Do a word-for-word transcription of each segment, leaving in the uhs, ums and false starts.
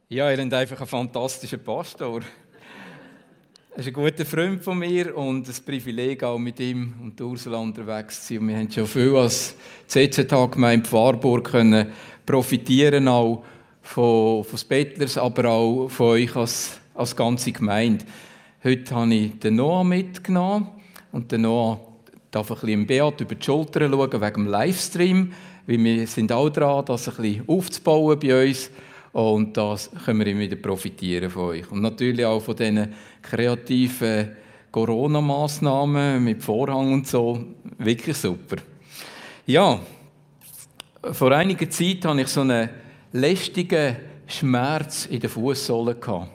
Ja, ihr habt einfach einen fantastischen Pastor. Er ist ein guter Freund von mir und ein Privileg, auch mit ihm und Ursula unterwegs zu sein. Und wir haben schon viel als C Z H-Gemeinde Pfarrburg können profitieren, auch von, von Bettlers, aber auch von euch als, als ganze Gemeinde. Heute habe ich den Noah mitgenommen und der Noah darf ein bisschen im Beat über die Schulter schauen wegen dem Livestream, weil wir sind auch dran, das ein bisschen aufzubauen bei uns. Und das können wir immer wieder profitieren von euch. Und natürlich auch von diesen kreativen Corona-Massnahmen mit Vorhang und so. Wirklich super. Ja, vor einiger Zeit hatte ich so einen lästigen Schmerz in der Fußsohle.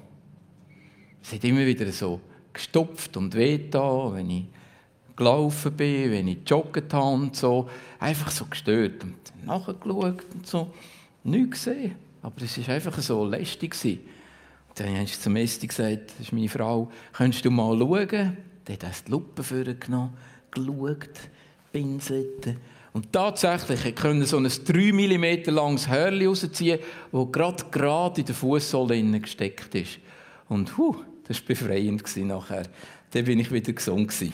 Es hat immer wieder so gestopft und wehgetan, wenn ich gelaufen bin, wenn ich gejoggt habe und so. Einfach so gestört. Und nachgeschaut und so. Nichts gesehen. Aber es war einfach so lästig. Und dann habe ich zum Esti gesagt, das ist meine Frau, könntest du mal schauen? Dann hat er die Lupe vorgenommen, geschaut, pinselt. Und tatsächlich konnte so ein drei Millimeter langes Hörli rausziehen, das gerade gerade in der Fußsohle gesteckt ist. Und huh, das war befreiend nachher. Dann bin ich wieder gesund gewesen.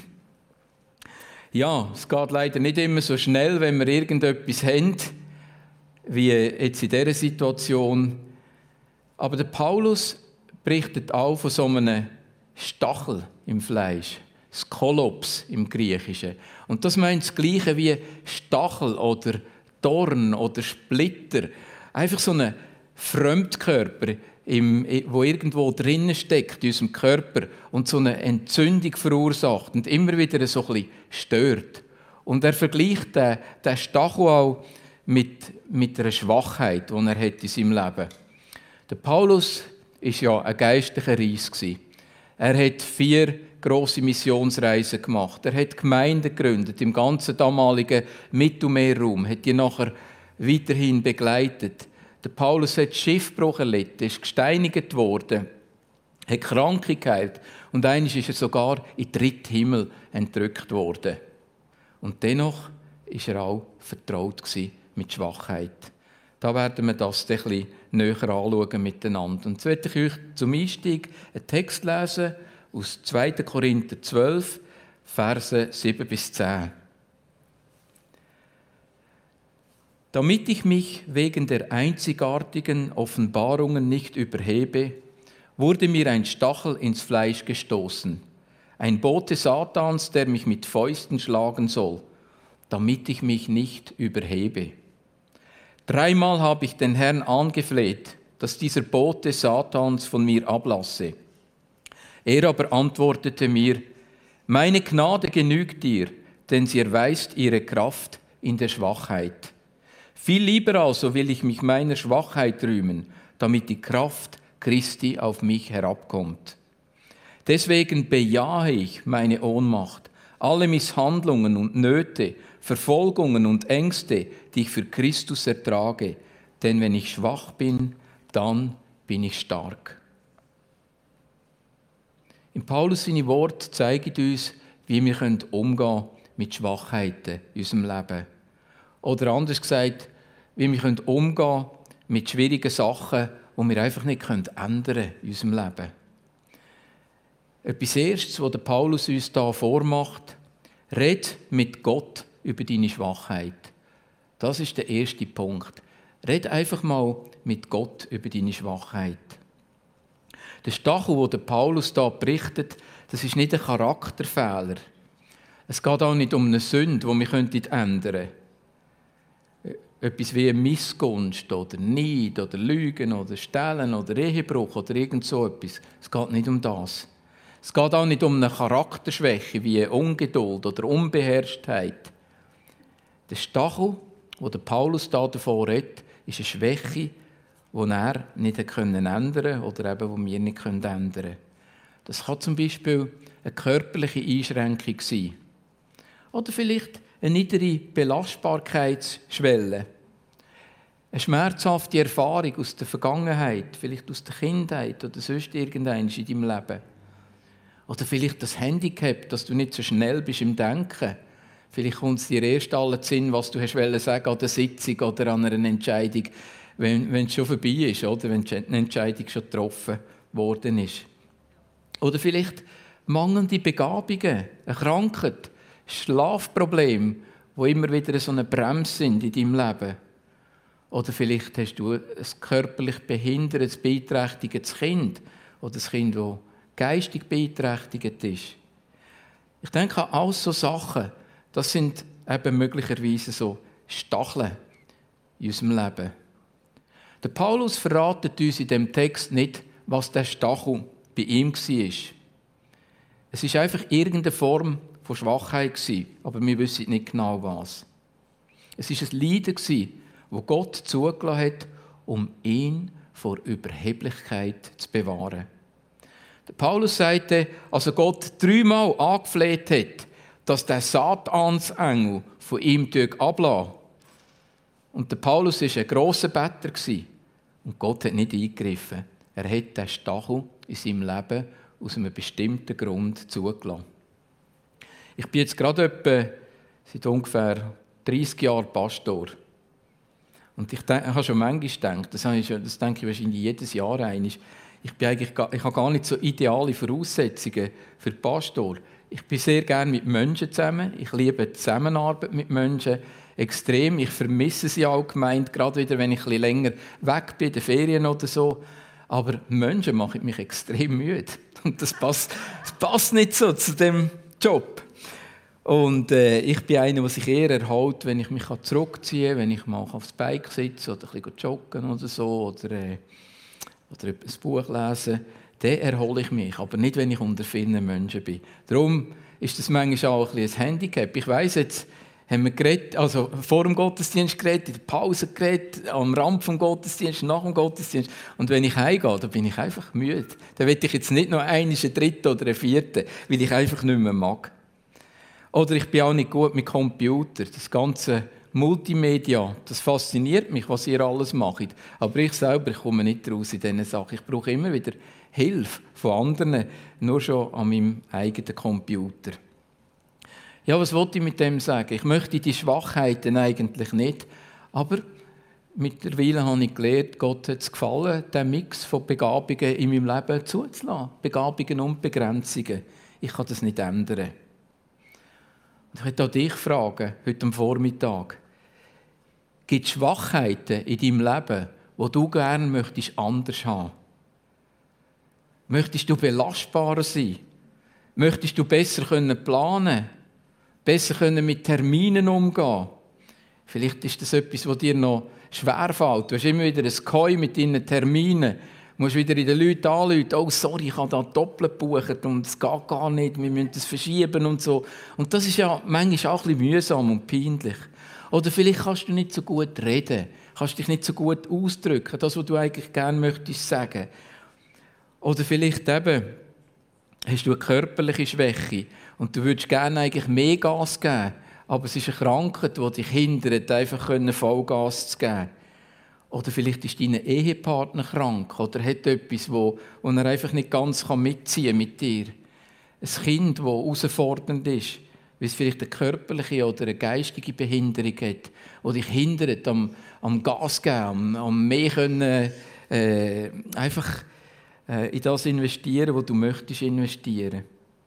Ja, es geht leider nicht immer so schnell, wenn wir irgendetwas haben, wie jetzt in dieser Situation. Aber der Paulus berichtet auch von so einem Stachel im Fleisch, Skolops im Griechischen. Und das meint das Gleiche wie Stachel oder Dorn oder Splitter. Einfach so ein Fremdkörper, im, wo irgendwo drinnen steckt in unserem Körper und so eine Entzündung verursacht und immer wieder so ein bisschen stört. Und er vergleicht den, den Stachel auch mit, mit einer Schwachheit, die er hat in seinem Leben. Der Paulus war ja ein geistlicher Reis. Er hat vier grosse Missionsreisen gemacht. Er hat Gemeinden gegründet im ganzen damaligen Mittelmeerraum, hat die nachher weiterhin begleitet. Der Paulus hat Schiffbruch erlitten, ist gesteinigt worden, hat Kranke geheilt und einmal ist er sogar in den dritten Himmel entrückt worden. Und dennoch war er auch vertraut mit Schwachheit. Da werden wir das ein bisschen näher anschauen miteinander. Und jetzt möchte ich euch zum Einstieg einen Text lesen aus zweiter Korinther zwölf, Verse sieben bis zehn. Damit ich mich wegen der einzigartigen Offenbarungen nicht überhebe, wurde mir ein Stachel ins Fleisch gestoßen, ein Bote Satans, der mich mit Fäusten schlagen soll, damit ich mich nicht überhebe. Dreimal habe ich den Herrn angefleht, dass dieser Bote Satans von mir ablasse. Er aber antwortete mir, meine Gnade genügt dir, denn sie erweist ihre Kraft in der Schwachheit. Viel lieber also will ich mich meiner Schwachheit rühmen, damit die Kraft Christi auf mich herabkommt. Deswegen bejahe ich meine Ohnmacht, alle Misshandlungen und Nöte, Verfolgungen und Ängste, die ich für Christus ertrage. Denn wenn ich schwach bin, dann bin ich stark. In Paulus seine Worte zeigen uns, wie wir umgehen können mit Schwachheiten in unserem Leben. Oder anders gesagt, wie wir umgehen können mit schwierigen Sachen, die wir einfach nicht ändern können in unserem Leben. Etwas Erstes, was der Paulus uns hier vormacht, red mit Gott über deine Schwachheit. Das ist der erste Punkt. Red einfach mal mit Gott über deine Schwachheit. Der Stachel, den der Paulus hier berichtet, das ist nicht ein Charakterfehler. Es geht auch nicht um eine Sünde, die wir ändern könnten. Etwas wie eine Missgunst oder Neid oder Lügen oder Stehlen oder Ehebruch oder irgend so etwas. Es geht nicht um das. Es geht auch nicht um eine Charakterschwäche wie Ungeduld oder Unbeherrschtheit. Der Stachel, wo der Paulus da davon redet, ist eine Schwäche, die er nicht ändern konnte oder eben, die wir nicht ändern können. Das kann zum Beispiel eine körperliche Einschränkung sein. Oder vielleicht eine niedere Belastbarkeitsschwelle. Eine schmerzhafte Erfahrung aus der Vergangenheit, vielleicht aus der Kindheit oder sonst irgendeines in deinem Leben. Oder vielleicht das Handicap, dass du nicht so schnell bist im Denken. Vielleicht kommt es dir erst alle Sinn, was du hast sagen an der Sitzung oder an einer Entscheidung, wenn, wenn es schon vorbei ist, oder? Wenn die Entscheidung schon getroffen worden ist. Oder vielleicht mangelnde Begabungen, eine Krankheit, Schlafprobleme, die immer wieder so eine Bremse sind in deinem Leben. Oder vielleicht hast du ein körperlich behindertes, beeinträchtigtes Kind oder ein Kind, das geistig beeinträchtigt ist. Ich denke an all so Sachen, das sind eben möglicherweise so Stacheln in unserem Leben. Der Paulus verratet uns in dem Text nicht, was der Stachel bei ihm war. Es war einfach irgendeine Form von Schwachheit, aber wir wissen nicht genau was. Es war ein Leiden, das Gott zugelassen hat, um ihn vor Überheblichkeit zu bewahren. Der Paulus sagte, als Gott dreimal angefleht hat, dass der Satansengel von ihm ablässt. Und der Paulus war ein grosser Better und Gott hat nicht eingegriffen. Er hat den Stachel in seinem Leben aus einem bestimmten Grund zugelassen. Ich bin jetzt gerade etwa seit ungefähr dreißig Jahren Pastor. Und ich, denk, ich habe schon manchmal gedacht, das, ich, das denke ich wahrscheinlich jedes Jahr einmal, ich, bin eigentlich, ich habe gar nicht so ideale Voraussetzungen für Pastor. Ich bin sehr gerne mit Menschen zusammen. Ich liebe die Zusammenarbeit mit Menschen extrem. Ich vermisse sie allgemein, gerade wieder, wenn ich ein bisschen länger weg bin, in den Ferien oder so. Aber Menschen machen mich extrem müde. Und das passt, das passt nicht so zu dem Job. Und äh, ich bin einer, der sich eher erholt, wenn ich mich zurückziehen kann, wenn ich mal aufs Bike sitze oder ein bisschen joggen oder so oder, äh, oder ein Buch lesen. Dann erhole ich mich, aber nicht, wenn ich unter vielen Menschen bin. Darum ist das manchmal auch ein, ein Handicap. Ich weiss, jetzt haben wir geredet, also vor dem Gottesdienst geredet, in der Pause geredet, am Rand vom Gottesdienst, nach dem Gottesdienst. Und wenn ich heimgehe, dann bin ich einfach müde. Dann will ich jetzt nicht noch einen, einen dritten oder einen vierten, weil ich einfach nicht mehr mag. Oder ich bin auch nicht gut mit Computer. Das ganze Multimedia, das fasziniert mich, was ihr alles macht. Aber ich selber ich komme nicht raus in diesen Sachen. Ich brauche immer wieder Hilfe von anderen, nur schon an meinem eigenen Computer. Ja, was wollte ich mit dem sagen? Ich möchte die Schwachheiten eigentlich nicht, aber mittlerweile habe ich gelernt, Gott hat es gefallen, den Mix von Begabungen in meinem Leben zuzulassen. Begabungen und Begrenzungen. Ich kann das nicht ändern. Und ich möchte auch dich fragen, heute am Vormittag, gibt es Schwachheiten in deinem Leben, die du gerne möchtest anders haben? Möchtest du belastbarer sein? Möchtest du besser planen können? Besser mit Terminen umgehen? Vielleicht ist das etwas, was dir noch schwerfällt. Du hast immer wieder ein Koi mit deinen Terminen. Du musst wieder in den Leuten anrufen, oh sorry, ich habe da doppelt gebucht und es geht gar nicht, wir müssen das verschieben und so. Und das ist ja manchmal auch ein bisschen mühsam und peinlich. Oder vielleicht kannst du nicht so gut reden, kannst dich nicht so gut ausdrücken, das, was du eigentlich gerne möchtest sagen. Oder vielleicht eben, hast du eine körperliche Schwäche und du würdest gerne eigentlich mehr Gas geben, aber es ist eine Krankheit, die dich hindert, einfach Vollgas zu geben. Oder vielleicht ist dein Ehepartner krank oder hat etwas, wo, wo er einfach nicht ganz mitziehen kann mit dir. Ein Kind, das herausfordernd ist, weil es vielleicht eine körperliche oder eine geistige Behinderung hat, die dich hindert, am, am Gas geben, am, am mehr können, äh, einfach äh, in das investieren, was du möchtest investieren.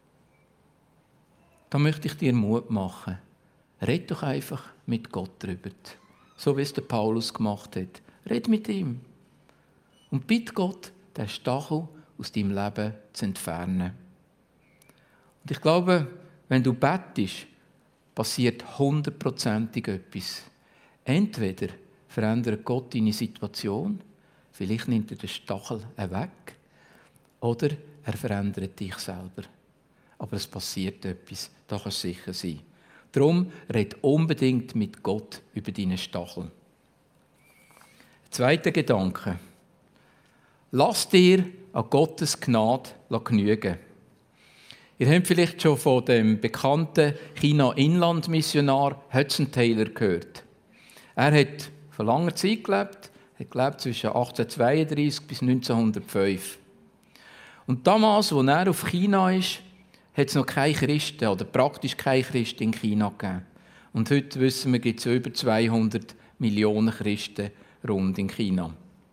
Da möchte ich dir Mut machen. Red doch einfach mit Gott darüber. So wie es der Paulus gemacht hat. Red mit ihm. Und bitte Gott, den Stachel aus deinem Leben zu entfernen. Und ich glaube, wenn du bettest, passiert hundertprozentig etwas. Entweder verändert Gott deine Situation, vielleicht nimmt er den Stachel weg, oder er verändert dich selber. Aber es passiert etwas, da kannst du sicher sein. Darum red unbedingt mit Gott über deinen Stachel. Zweiter Gedanke. Lass dir an Gottes Gnade genügen. Ihr habt vielleicht schon von dem bekannten China-Inland-Missionar Hudson Taylor gehört. Er hat vor langer Zeit gelebt, hat gelebt zwischen achtzehnhundertzweiunddreissig bis neunzehnhundertfünf. Und damals, als er auf China ist, hat es noch keine Christen oder praktisch keine Christen in China gegeben. Und heute wissen wir, gibt es über zweihundert Millionen Christen rund in China.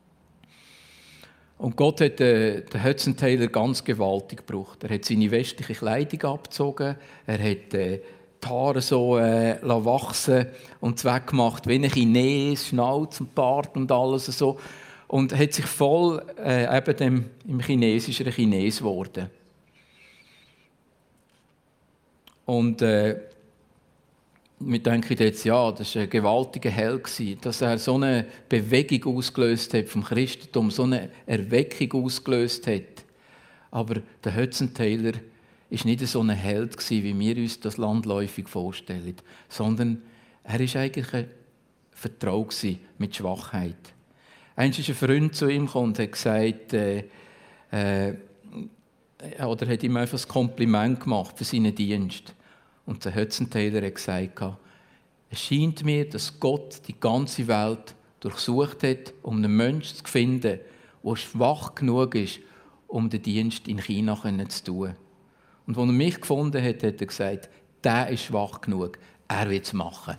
Und Gott hat den, den Hudson Taylor ganz gewaltig gebraucht. Er hat seine westliche Kleidung abgezogen, er hat äh, die Haare so äh, wachsen und weggemacht, wie ein Chines, Schnauz und Bart und alles so. Und hat sich voll äh, eben dem, im Chinesischen ein Chines geworden. Und äh, wir denken jetzt, ja, das war ein gewaltiger Held, dass er so eine Bewegung ausgelöst hat vom Christentum, so eine Erweckung ausgelöst hat. Aber der Hudson Taylor war nicht so ein Held, wie wir uns das landläufig vorstellen, sondern er war eigentlich ein Vertraut mit Schwachheit. Einst ist ein Freund zu ihm gekommen und hat gesagt, äh, äh, oder hat ihm einfach ein Kompliment gemacht für seinen Dienst. Und der Hudson Taylor hat gesagt, es scheint mir, dass Gott die ganze Welt durchsucht hat, um einen Menschen zu finden, der schwach genug ist, um den Dienst in China zu tun. Und als er mich gefunden hat, hat er gesagt, der ist schwach genug, er wird es machen.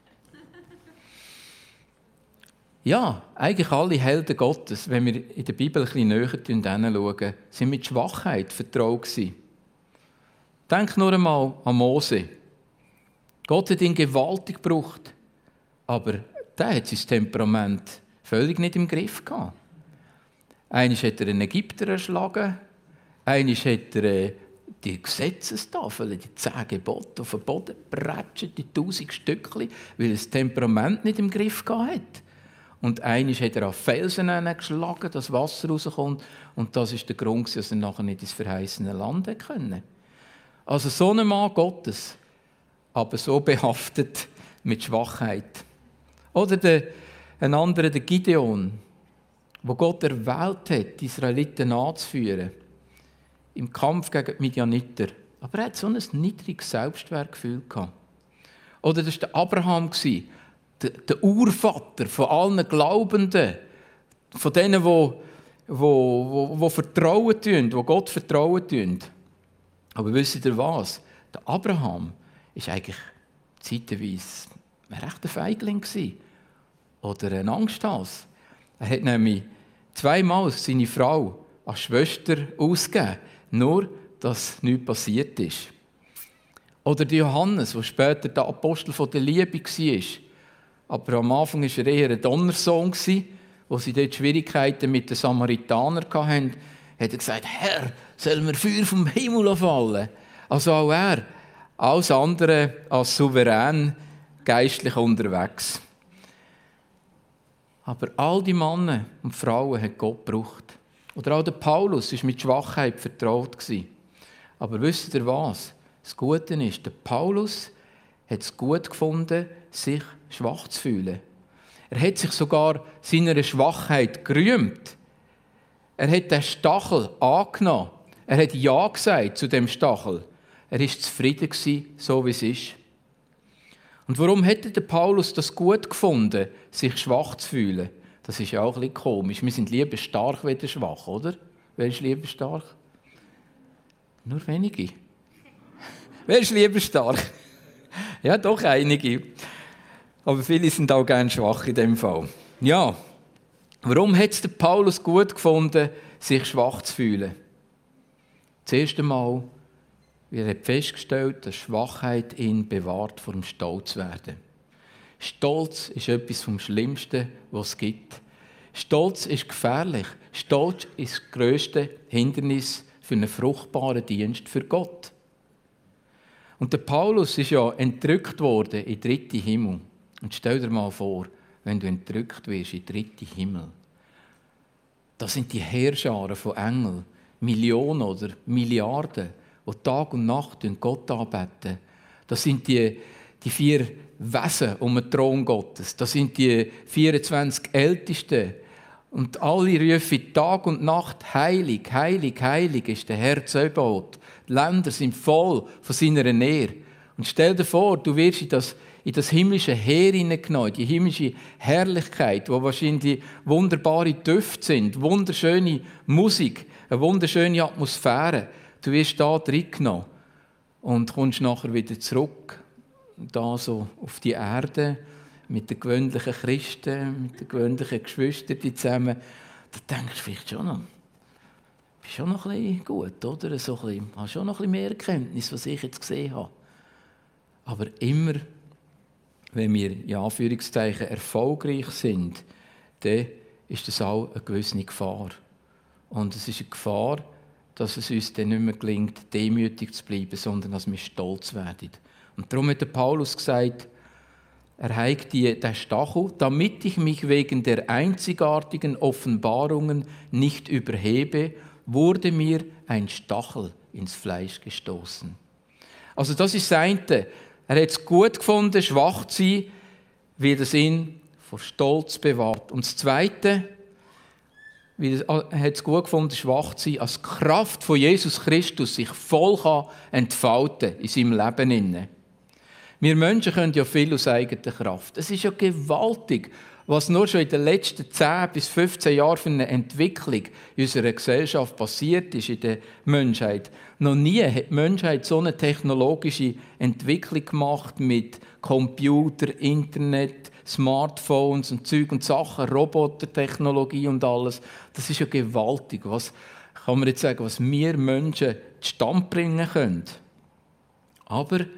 Ja, eigentlich alle Helden Gottes, wenn wir in der Bibel ein bisschen näher hinschauen, sind mit Schwachheit vertraut gewesen. Denk nur einmal an Mose. Gott hat ihn gewaltig gebraucht, aber der hat sein Temperament völlig nicht im Griff gehabt. Einmal hat er einen Ägypter erschlagen, einmal hat er äh, die Gesetzestafeln, die zehn Gebote auf den Boden gepratscht, die tausend Stückchen, weil er das Temperament nicht im Griff gehabt hat. Und einmal hat er auf Felsen geschlagen, dass Wasser rauskommt, und das war der Grund, dass er nachher nicht ins verheißene Land konnte. Also so ein Mann Gottes, aber so behaftet mit Schwachheit. Oder der, ein anderer, der Gideon, wo Gott erwählt hat, die Israeliten anzuführen, im Kampf gegen die Midianiter. Aber er hat so ein niedriges Selbstwertgefühl gehabt. Oder das war der Abraham, der, der Urvater von allen Glaubenden, von denen, die, die, die, die vertrauen tun, die Gott vertrauen tun. Aber wisst ihr was? Der Abraham war eigentlich zeitweise ein rechter Feigling oder ein Angsthase. Er hat nämlich zweimal seine Frau als Schwester ausgegeben, nur dass nichts passiert ist. Oder der Johannes, der später der Apostel der Liebe war. Aber am Anfang war er eher ein Donnersohn, wo sie dort Schwierigkeiten mit den Samaritanern hatten. Hat er gesagt, Herr, soll mir Feuer vom Himmel fallen? Also auch er, alles andere als souverän, geistlich unterwegs. Aber all die Männer und Frauen hat Gott gebraucht. Oder auch der Paulus war mit Schwachheit vertraut. Aber wisst ihr was? Das Gute ist, der Paulus hat es gut gefunden, sich schwach zu fühlen. Er hat sich sogar seiner Schwachheit gerühmt. Er hat den Stachel angenommen. Er hat Ja gesagt zu dem Stachel. Er war zufrieden, so wie es ist. Und warum hätte der Paulus das gut gefunden, sich schwach zu fühlen? Das ist ja auch ein bisschen komisch. Wir sind lieber stark als schwach, oder? Wer ist lieber stark? Nur wenige. Wer ist lieber stark? Ja, doch einige. Aber viele sind auch gerne schwach in dem Fall. Ja, warum hat es der Paulus gut gefunden, sich schwach zu fühlen? Das erste Mal, er hat festgestellt, dass Schwachheit ihn bewahrt vor dem Stolz werden. Stolz ist etwas vom Schlimmsten, was es gibt. Stolz ist gefährlich. Stolz ist das grösste Hindernis für einen fruchtbaren Dienst für Gott. Und der Paulus ist ja entrückt worden in den dritten Himmel. Und stell dir mal vor, wenn du entrückt wirst in den dritten Himmel. Das sind die Heerscharen von Engeln, Millionen oder Milliarden, die Tag und Nacht Gott anbeten. Das sind die, die vier Wesen um den Thron Gottes. Das sind die vierundzwanzig Ältesten. Und alle rufen Tag und Nacht, heilig, heilig, heilig ist der Herr Zebaoth. Die Länder sind voll von seiner Nähe. Und stell dir vor, du wirst in das, in das himmlische Heer hineingenommen, die himmlische Herrlichkeit, wo wahrscheinlich wunderbare Düfte sind, wunderschöne Musik, eine wunderschöne Atmosphäre. Du wirst da reingenommen und kommst nachher wieder zurück, da so auf die Erde. mit den gewöhnlichen Christen, mit den gewöhnlichen Geschwistern zusammen, da denkst du vielleicht schon noch, bist schon noch ein bisschen gut, oder? So ein bisschen, hast schon noch ein bisschen mehr Erkenntnis, was ich jetzt gesehen habe. Aber immer, wenn wir in Anführungszeichen erfolgreich sind, dann ist das auch eine gewisse Gefahr. Und es ist eine Gefahr, dass es uns dann nicht mehr gelingt, demütig zu bleiben, sondern dass wir stolz werden. Und darum hat der Paulus gesagt, er heigt die, der Stachel, damit ich mich wegen der einzigartigen Offenbarungen nicht überhebe, wurde mir ein Stachel ins Fleisch gestoßen. Also das ist das eine. Er hat es gut gefunden, schwach zu sein, weil das ihn vor Stolz bewahrt. Und das Zweite, weil er hat es gut gefunden, schwach zu sein, als die Kraft von Jesus Christus sich voll kann entfalten in seinem Leben. Wir Menschen können ja viel aus eigener Kraft. Es ist ja gewaltig, was nur schon in den letzten zehn bis fünfzehn Jahren für eine Entwicklung in unserer Gesellschaft passiert ist, in der Menschheit. Noch nie hat die Menschheit so eine technologische Entwicklung gemacht mit Computer, Internet, Smartphones und Zeug und Sachen, Robotertechnologie und alles. Das ist ja gewaltig. Was kann man jetzt sagen, was wir Menschen zustande bringen können? Aber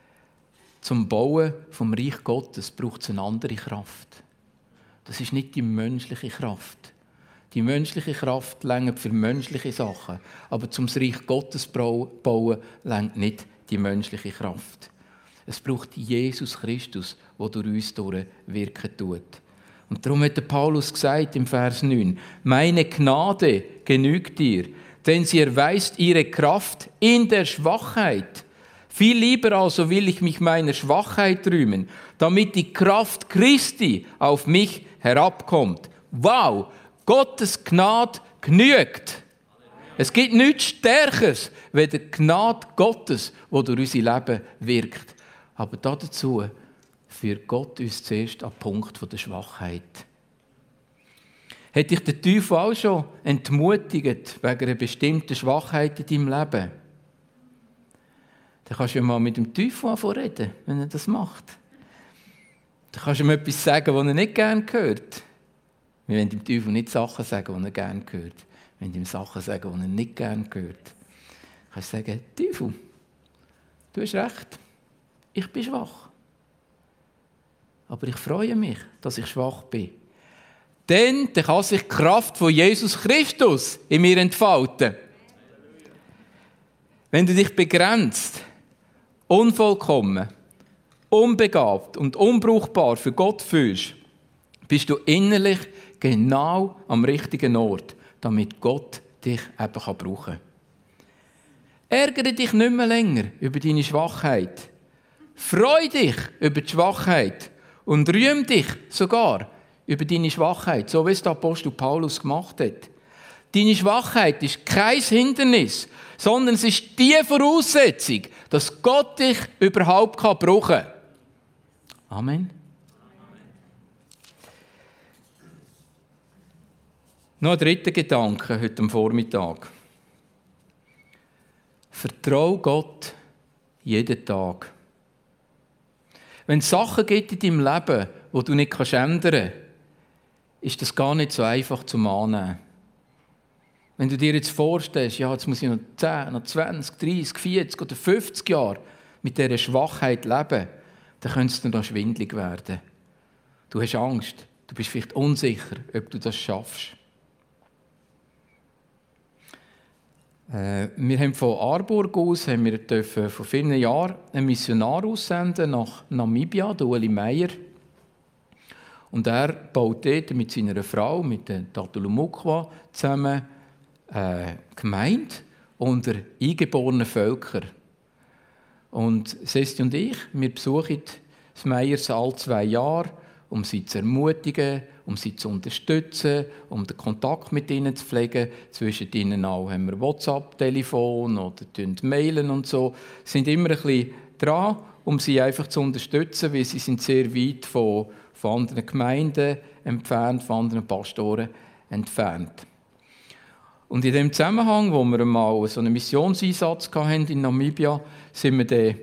zum Bauen vom Reich Gottes braucht es eine andere Kraft. Das ist nicht die menschliche Kraft. Die menschliche Kraft reicht für menschliche Sachen. Aber zum Reich Gottes bauen reicht nicht die menschliche Kraft. Es braucht Jesus Christus, der durch uns wirken tut. Und darum hat der Paulus gesagt im Vers neun, meine Gnade genügt dir, denn sie erweist ihre Kraft in der Schwachheit. Viel lieber also will ich mich meiner Schwachheit rühmen, damit die Kraft Christi auf mich herabkommt. Wow, Gottes Gnade genügt. Es gibt nichts Stärkeres, als die Gnade Gottes, die durch unser Leben wirkt. Aber dazu führt Gott uns zuerst an den Punkt der Schwachheit. Hat dich der Teufel auch schon entmutigt wegen einer bestimmten Schwachheit in deinem Leben? Dann kannst du ja mal mit dem Teufel reden, wenn er das macht. Dann kannst du ihm etwas sagen, was er nicht gerne hört. Wir wollen dem Teufel nicht Sachen sagen, die er gerne hört. Wir wollen ihm Sachen sagen, die er nicht gerne hört. Du kannst sagen, Teufel, du hast recht, ich bin schwach. Aber ich freue mich, dass ich schwach bin. Denn dann kann sich die Kraft von Jesus Christus in mir entfalten. Wenn du dich begrenzt, unvollkommen, unbegabt und unbrauchbar für Gott fühlst, bist du innerlich genau am richtigen Ort, damit Gott dich eben brauchen kann. Ärgere dich nicht mehr länger über deine Schwachheit. Freu dich über die Schwachheit und rühm dich sogar über deine Schwachheit, so wie es der Apostel Paulus gemacht hat. Deine Schwachheit ist kein Hindernis, sondern es ist die Voraussetzung, dass Gott dich überhaupt brauchen kann. Amen. Noch ein dritter Gedanke heute am Vormittag. Vertrau Gott jeden Tag. Wenn es Sachen gibt in deinem Leben, die du nicht ändern kannst, ist das gar nicht so einfach zu annehmen. Wenn du dir jetzt vorstellst, ja, jetzt muss ich noch zehn, noch zwanzig, dreißig, vierzig oder fünfzig Jahre mit dieser Schwachheit leben, dann könnte es dir noch schwindelig werden. Du hast Angst, du bist vielleicht unsicher, ob du das schaffst. Äh, wir haben von Aarburg aus, haben wir dürfen vor vielen Jahren einen Missionar aussenden nach Namibia, der Ueli Meyer. Und er baut dort mit seiner Frau, mit der Tatulu Mukwa, zusammen eine Gemeinde unter eingeborenen Völkern. Und Sesti und ich, wir besuchen das Meyers alle zwei Jahre, um sie zu ermutigen, um sie zu unterstützen, um den Kontakt mit ihnen zu pflegen. Zwischen ihnen auch haben wir WhatsApp-Telefon oder mailen und so. Wir sind immer ein bisschen dran, um sie einfach zu unterstützen, weil sie sind sehr weit von, von anderen Gemeinden entfernt, von anderen Pastoren entfernt. Und in dem Zusammenhang, wo wir mal so einen Missionseinsatz hatten in Namibia, sind wir dann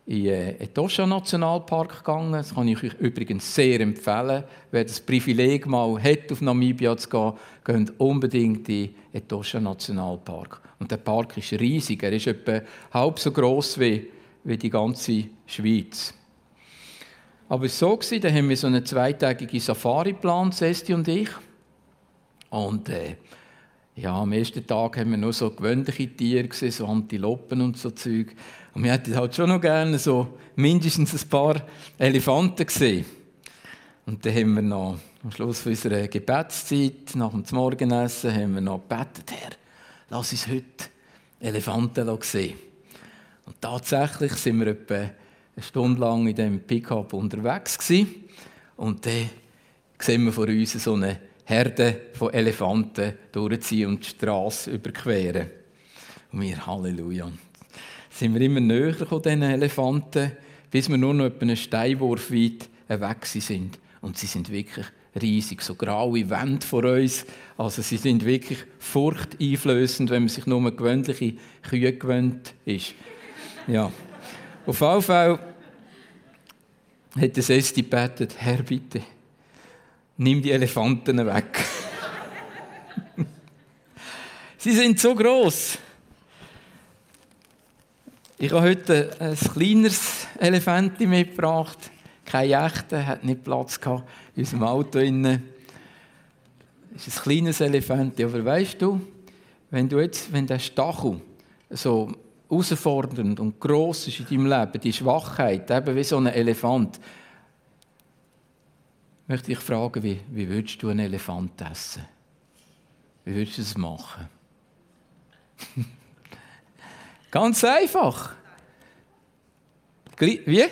in den Etosha-Nationalpark gegangen. Das kann ich euch übrigens sehr empfehlen. Wer das Privileg mal hat, auf Namibia zu gehen, geht unbedingt in den Etosha-Nationalpark. Und der Park ist riesig. Er ist etwa halb so gross wie, wie die ganze Schweiz. Aber es war so, da haben wir so eine zweitägige Safari geplant, Sesti und ich. Und äh, ja, am ersten Tag haben wir nur so gewöhnliche Tiere gesehen, so Antilopen und so Zeug. Und wir hätten halt schon noch gerne so mindestens ein paar Elefanten gesehen. Und dann haben wir noch am Schluss unserer Gebetszeit, nach dem Morgenessen, haben wir noch gebetet, Herr, lass uns heute Elefanten sehen. Und tatsächlich sind wir etwa eine Stunde lang in diesem Pickup unterwegs gewesen. Und dann sehen wir vor uns so eine Herde von Elefanten durchziehen und die Straße überqueren. Und wir, Halleluja. Sind wir immer näher von diesen Elefanten, bis wir nur noch etwa einen Steinwurf weit weg sind. Und sie sind wirklich riesig, so graue Wände vor uns. Also sie sind wirklich furchteinflößend, wenn man sich nur an gewöhnliche Kühe gewöhnt ist. Ja. Auf jeden Fall hat der Sesti gebetet, Herr, bitte, nimm die Elefanten weg. Sie sind so gross. Ich habe heute ein kleineres Elefantchen mitgebracht. Kein echter, hat nicht Platz gehabt in unserem Auto. Es ist ein kleines Elefantchen. Aber weißt du, wenn du jetzt, wenn der Stachel so herausfordernd und gross ist in deinem Leben, die Schwachheit, eben wie so ein Elefant, möchte ich fragen, wie, wie würdest du einen Elefant essen? Wie würdest du das machen? Ganz einfach. Wie?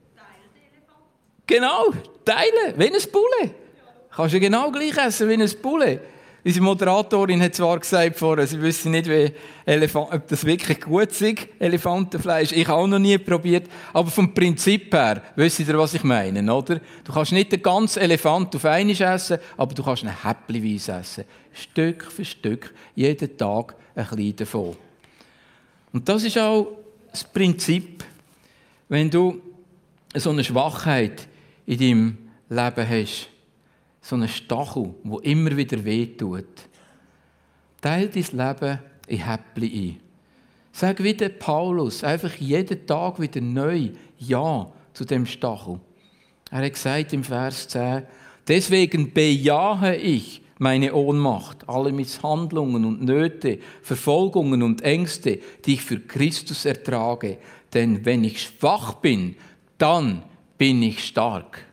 Genau, teilen, wie ein Bulle. Kannst du genau gleich essen wie ein Bulle. Unsere Moderatorin hat zwar gesagt vorher, sie wüsste nicht, wie Elefant, ob das wirklich gut ist, Elefantenfleisch. Ich habe auch noch nie probiert. Aber vom Prinzip her, wisst ihr, was ich meine, oder? Du kannst nicht den ganzen Elefant auf einmal essen, aber du kannst ihn häppchenweise essen. Stück für Stück, jeden Tag ein bisschen davon. Und das ist auch das Prinzip, wenn du so eine Schwachheit in deinem Leben hast, so einen Stachel, der immer wieder wehtut. Teil dein Leben in Häppchen ein. Sag wie der Paulus, einfach jeden Tag wieder neu Ja zu dem Stachel. Er hat gesagt im Vers zehn, deswegen bejahe ich meine Ohnmacht, alle Misshandlungen und Nöte, Verfolgungen und Ängste, die ich für Christus ertrage. Denn wenn ich schwach bin, dann bin ich stark.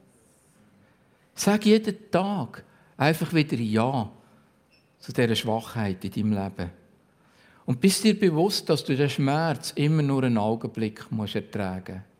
Sag jeden Tag einfach wieder Ja zu dieser Schwachheit in deinem Leben. Und bist dir bewusst, dass du den Schmerz immer nur einen Augenblick musst ertragen musst.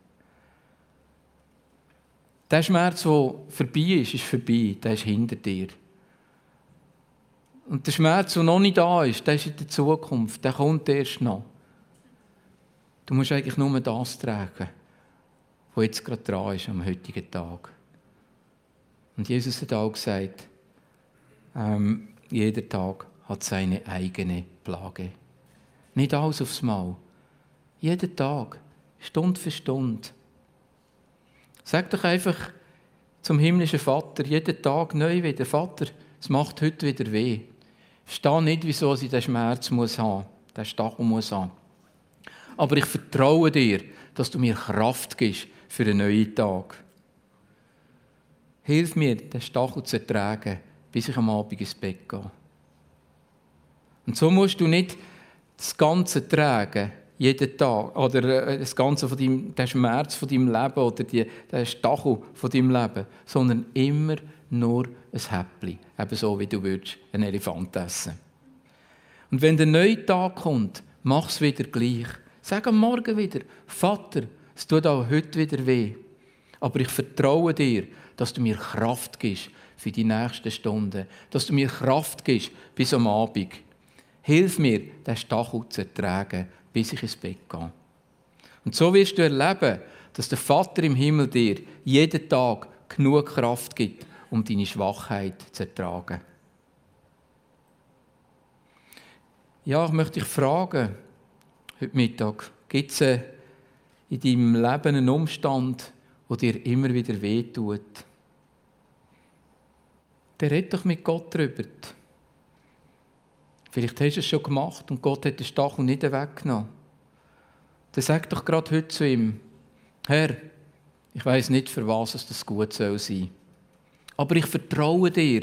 Der Schmerz, der vorbei ist, ist vorbei, der ist hinter dir. Und der Schmerz, der noch nicht da ist, der ist in der Zukunft, der kommt erst noch. Du musst eigentlich nur das tragen, was jetzt gerade dran ist am heutigen Tag. Und Jesus hat auch gesagt, ähm, jeder Tag hat seine eigene Plage. Nicht alles aufs Mal. Jeden Tag, Stunde für Stunde. Sag doch einfach zum himmlischen Vater, jeden Tag neu wieder, Vater, es macht heute wieder weh. Ich verstehe nicht, wieso ich diesen Schmerz muss haben, diesen Stachel muss haben. Aber ich vertraue dir, dass du mir Kraft gibst für einen neuen Tag. Hilf mir, den Stachel zu ertragen, bis ich am Abend ins Bett gehe. Und so musst du nicht das Ganze tragen, jeden Tag, oder das Ganze von deinem, den Schmerz von deinem Leben oder die, den Stachel von deinem Leben, sondern immer nur ein Häppchen, ebenso wie du würdest einen Elefant essen. Und wenn der neue Tag kommt, mach es wieder gleich. Sag am Morgen wieder, Vater, es tut auch heute wieder weh, aber ich vertraue dir, dass du mir Kraft gibst für die nächsten Stunden, dass du mir Kraft gibst bis am Abend. Hilf mir, den Stachel zu ertragen, bis ich ins Bett gehe. Und so wirst du erleben, dass der Vater im Himmel dir jeden Tag genug Kraft gibt, um deine Schwachheit zu ertragen. Ja, ich möchte dich fragen, heute Mittag, gibt es eine in deinem Leben einen Umstand, der dir immer wieder wehtut? Dann red doch mit Gott darüber. Vielleicht hast du es schon gemacht und Gott hat den Stachel nicht weggenommen. Dann sag doch gerade heute zu ihm: Herr, ich weiss nicht, für was es das gut soll sein. Aber ich vertraue dir.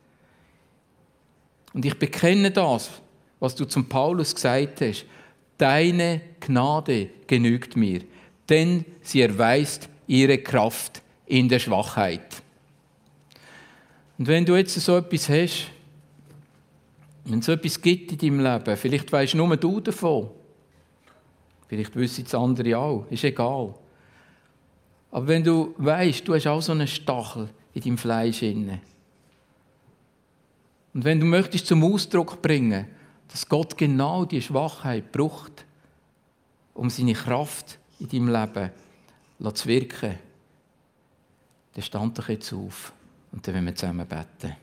Und ich bekenne das, was du zum Paulus gesagt hast. Deine Gnade genügt mir, denn sie erweist ihre Kraft in der Schwachheit. Und wenn du jetzt so etwas hast, wenn es so etwas gibt in deinem Leben, vielleicht weisst nur du davon, vielleicht wissen es andere auch, ist egal. Aber wenn du weisst, du hast auch so einen Stachel in deinem Fleisch inne. Und wenn du möchtest zum Ausdruck bringen, dass Gott genau diese Schwachheit braucht, um seine Kraft in deinem Leben zu wirken, dann stand doch jetzt auf und dann wollen wir zusammen beten.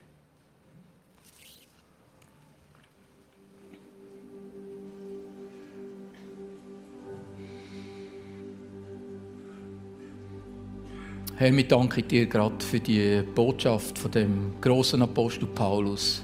Herr, wir danken dir gerade für die Botschaft von dem grossen Apostel Paulus.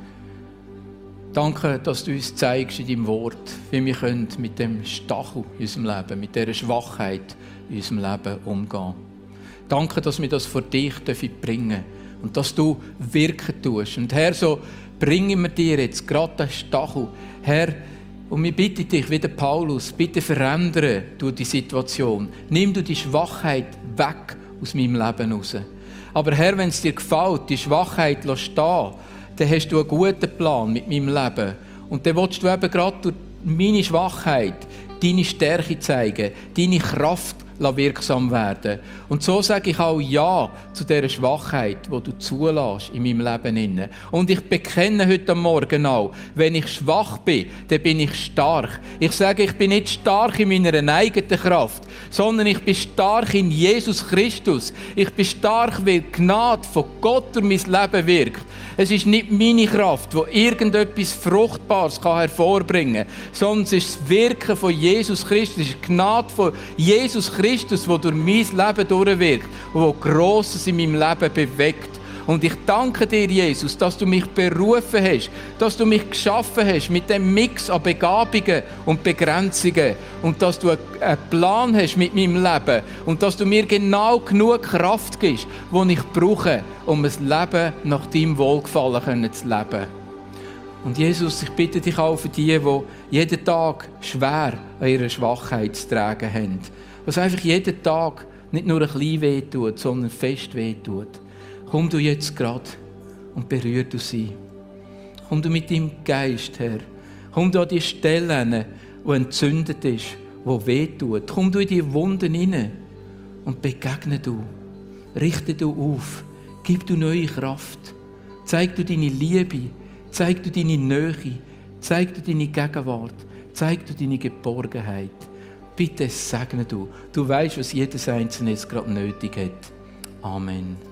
Danke, dass du uns zeigst in deinem Wort, wie wir können mit dem Stachel in unserem Leben, mit dieser Schwachheit in unserem Leben umgehen. Danke, dass wir das vor dich bringen dürfen und dass du wirken tust. Und Herr, so bringen wir dir jetzt gerade den Stachel. Herr, und wir bitten dich, wie der Paulus, bitte verändere du die Situation. Nimm du die Schwachheit weg aus meinem Leben raus. Aber Herr, wenn es dir gefällt, die Schwachheit stehen, dann hast du einen guten Plan mit meinem Leben. Und dann willst du eben gerade durch meine Schwachheit deine Stärke zeigen, deine Kraft wirksam werden. Und so sage ich auch Ja zu dieser Schwachheit, die du zulässt in meinem Leben. Und ich bekenne heute Morgen auch, wenn ich schwach bin, dann bin ich stark. Ich sage, ich bin nicht stark in meiner eigenen Kraft, sondern ich bin stark in Jesus Christus. Ich bin stark, weil die Gnade von Gott durch mein Leben wirkt. Es ist nicht meine Kraft, die irgendetwas Fruchtbares hervorbringen kann, sondern es ist das Wirken von Jesus Christus. Es ist die Gnade von Jesus Christus, die durch mein Leben durchwirkt und die Grosses in meinem Leben bewegt. Und ich danke dir, Jesus, dass du mich berufen hast, dass du mich geschaffen hast mit dem Mix an Begabungen und Begrenzungen und dass du einen Plan hast mit meinem Leben und dass du mir genau genug Kraft gibst, die ich brauche, um ein Leben nach deinem Wohlgefallen zu leben. Und Jesus, ich bitte dich auch für die, die jeden Tag schwer an ihrer Schwachheit zu tragen haben, was einfach jeden Tag nicht nur ein bisschen wehtut, sondern fest wehtut. Komm du jetzt gerade und berühr du sie. Komm du mit deinem Geist, Herr. Komm du an die Stelle, die entzündet ist, die wehtut. Komm du in die Wunden hinein und begegne du. Richte du auf. Gib du neue Kraft. Zeig du deine Liebe. Zeig du deine Nähe. Zeig du deine Gegenwart. Zeig du deine Geborgenheit. Bitte segne du. Du weißt, was jedes Einzelne jetzt gerade nötig hat. Amen.